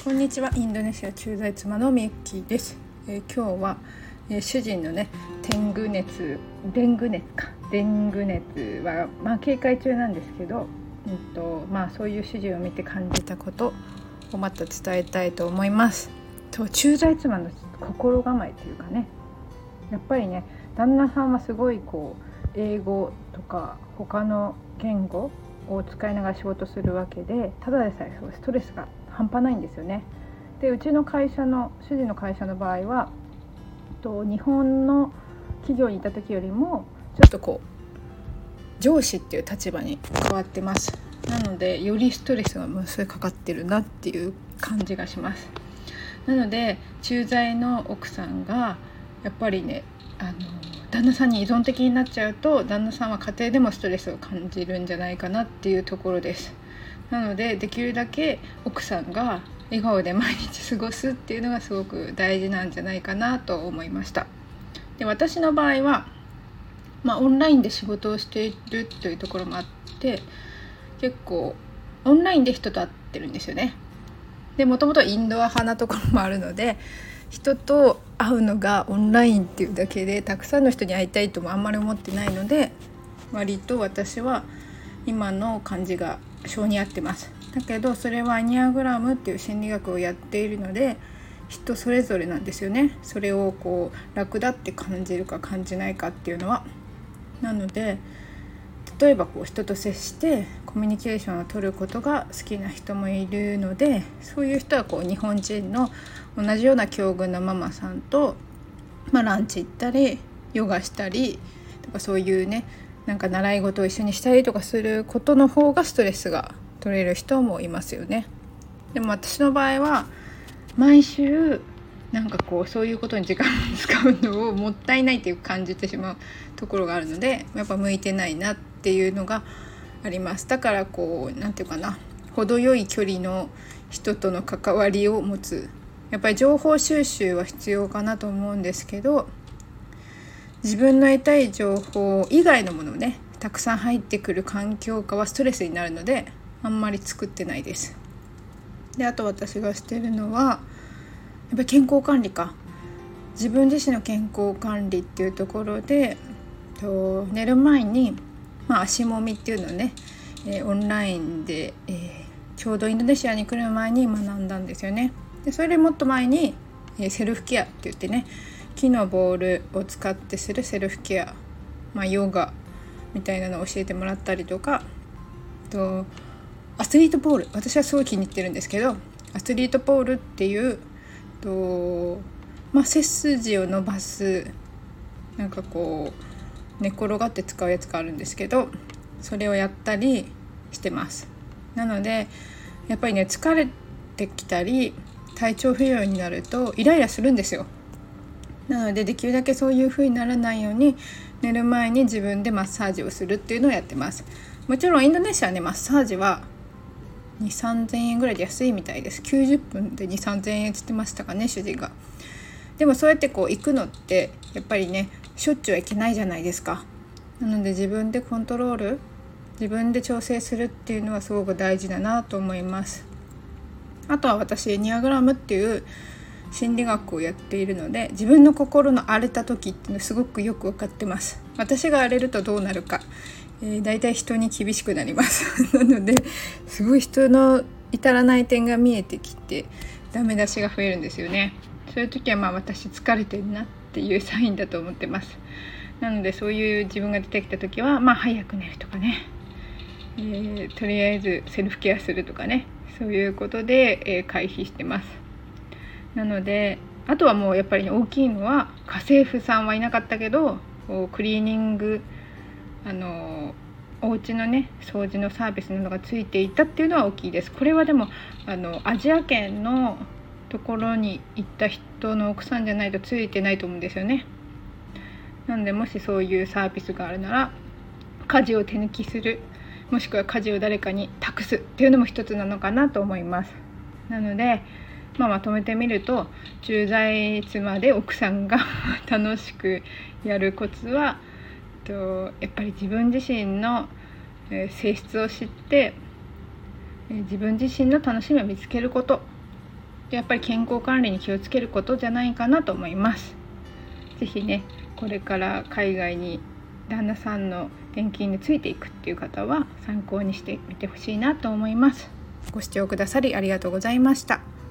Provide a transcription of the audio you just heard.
こんにちは。インドネシア駐在妻のみゆきです。今日は、主人のねデング熱は、警戒中なんですけど、そういう主人を見て感じたことをまた伝えたいと思います。駐在妻の心構えというかね、やっぱりね旦那さんはすごい英語とか他の言語を使いながら仕事するわけで、ただでさえストレスが半端ないんですよね。で、主人の会社の場合は日本の企業にいた時よりもちょっと上司っていう立場に変わってます。なのでよりストレスがものすごいかかってるなっていう感じがします。なので駐在の奥さんがやっぱりね旦那さんに依存的になっちゃうと、旦那さんは家庭でもストレスを感じるんじゃないかなっていうところです。なのでできるだけ奥さんが笑顔で毎日過ごすっていうのがすごく大事なんじゃないかなと思いました。で、私の場合は、オンラインで仕事をしているというところもあって、結構オンラインで人と会ってるんですよね。で、もともとインドア派なところもあるので、人と会うのがオンラインっていうだけでたくさんの人に会いたいともあんまり思ってないので、割と私は今の感じが性に合ってます。だけどそれはエニアグラムっていう心理学をやっているので、人それぞれなんですよね。それを楽だって感じるか感じないかっていうのは。なので例えば人と接してコミュニケーションを取ることが好きな人もいるので、そういう人は日本人の同じような境遇のママさんと、ランチ行ったりヨガしたりとか、そういうね習い事を一緒にしたりとかすることの方がストレスが取れる人もいますよね。でも私の場合は毎週そういうことに時間を使うのをもったいないっていう感じてしまうところがあるので、やっぱ向いてないなっていうのがあります。だからなんていうかな、程よい距離の人との関わりを持つ、やっぱり情報収集は必要かなと思うんですけど、自分の得たい情報以外のものをねたくさん入ってくる環境下はストレスになるので、あんまり作ってないです。で、あと私がしてるのはやっぱり健康管理か。自分自身の健康管理っていうところで、寝る前に、足もみっていうのをね、オンラインで、ちょうどインドネシアに来る前に学んだんですよね。で、それでもっと前に、セルフケアって言ってね、木のボールを使ってするセルフケア、ヨガみたいなのを教えてもらったりとか、アスリートポール、私はすごい気に入ってるんですけど、アスリートポールっていう背筋を伸ばす寝転がって使うやつがあるんですけど、それをやったりしてます。なのでやっぱりね、疲れてきたり体調不良になるとイライラするんですよ。なのでできるだけそういう風にならないように、寝る前に自分でマッサージをするっていうのをやってます。もちろんインドネシアね、マッサージは2,3000円ぐらいで安いみたいです。90分で2,3000円つってましたかね、主人が。でもそうやって行くのってやっぱりね、しょっちゅうはいけないじゃないですか。なので自分でコントロール、自分で調整するっていうのはすごく大事だなと思います。あとは私エニアグラムっていう心理学をやっているので、自分の心の荒れた時っていうのすごくよく分かってます。私が荒れるとどうなるか、だいたい人に厳しくなりますなのですごい人の至らない点が見えてきてダメ出しが増えるんですよね。そういう時は私疲れてるなっていうサインだと思ってます。なのでそういう自分が出てきた時は早く寝るとかね、とりあえずセルフケアするとかね、そういうことで、回避してます。なのであとはもうやっぱり、大きいのは家政婦さんはいなかったけどクリーニングお家のね掃除のサービスなどがついていたっていうのは大きいです。これはでもアジア圏のところに行った人の奥さんじゃないとついてないと思うんですよね。なのでもしそういうサービスがあるなら、家事を手抜きする、もしくは家事を誰かに託すっていうのも一つなのかなと思います。なので、まとめてみると、駐在妻で奥さんが楽しくやるコツはやっぱり自分自身の性質を知って、自分自身の楽しみを見つけることやっぱり健康管理に気をつけることじゃないかなと思います。ぜひね、これから海外に旦那さんの転勤についていくっていう方は参考にしてみてほしいなと思います。ご視聴くださりありがとうございました。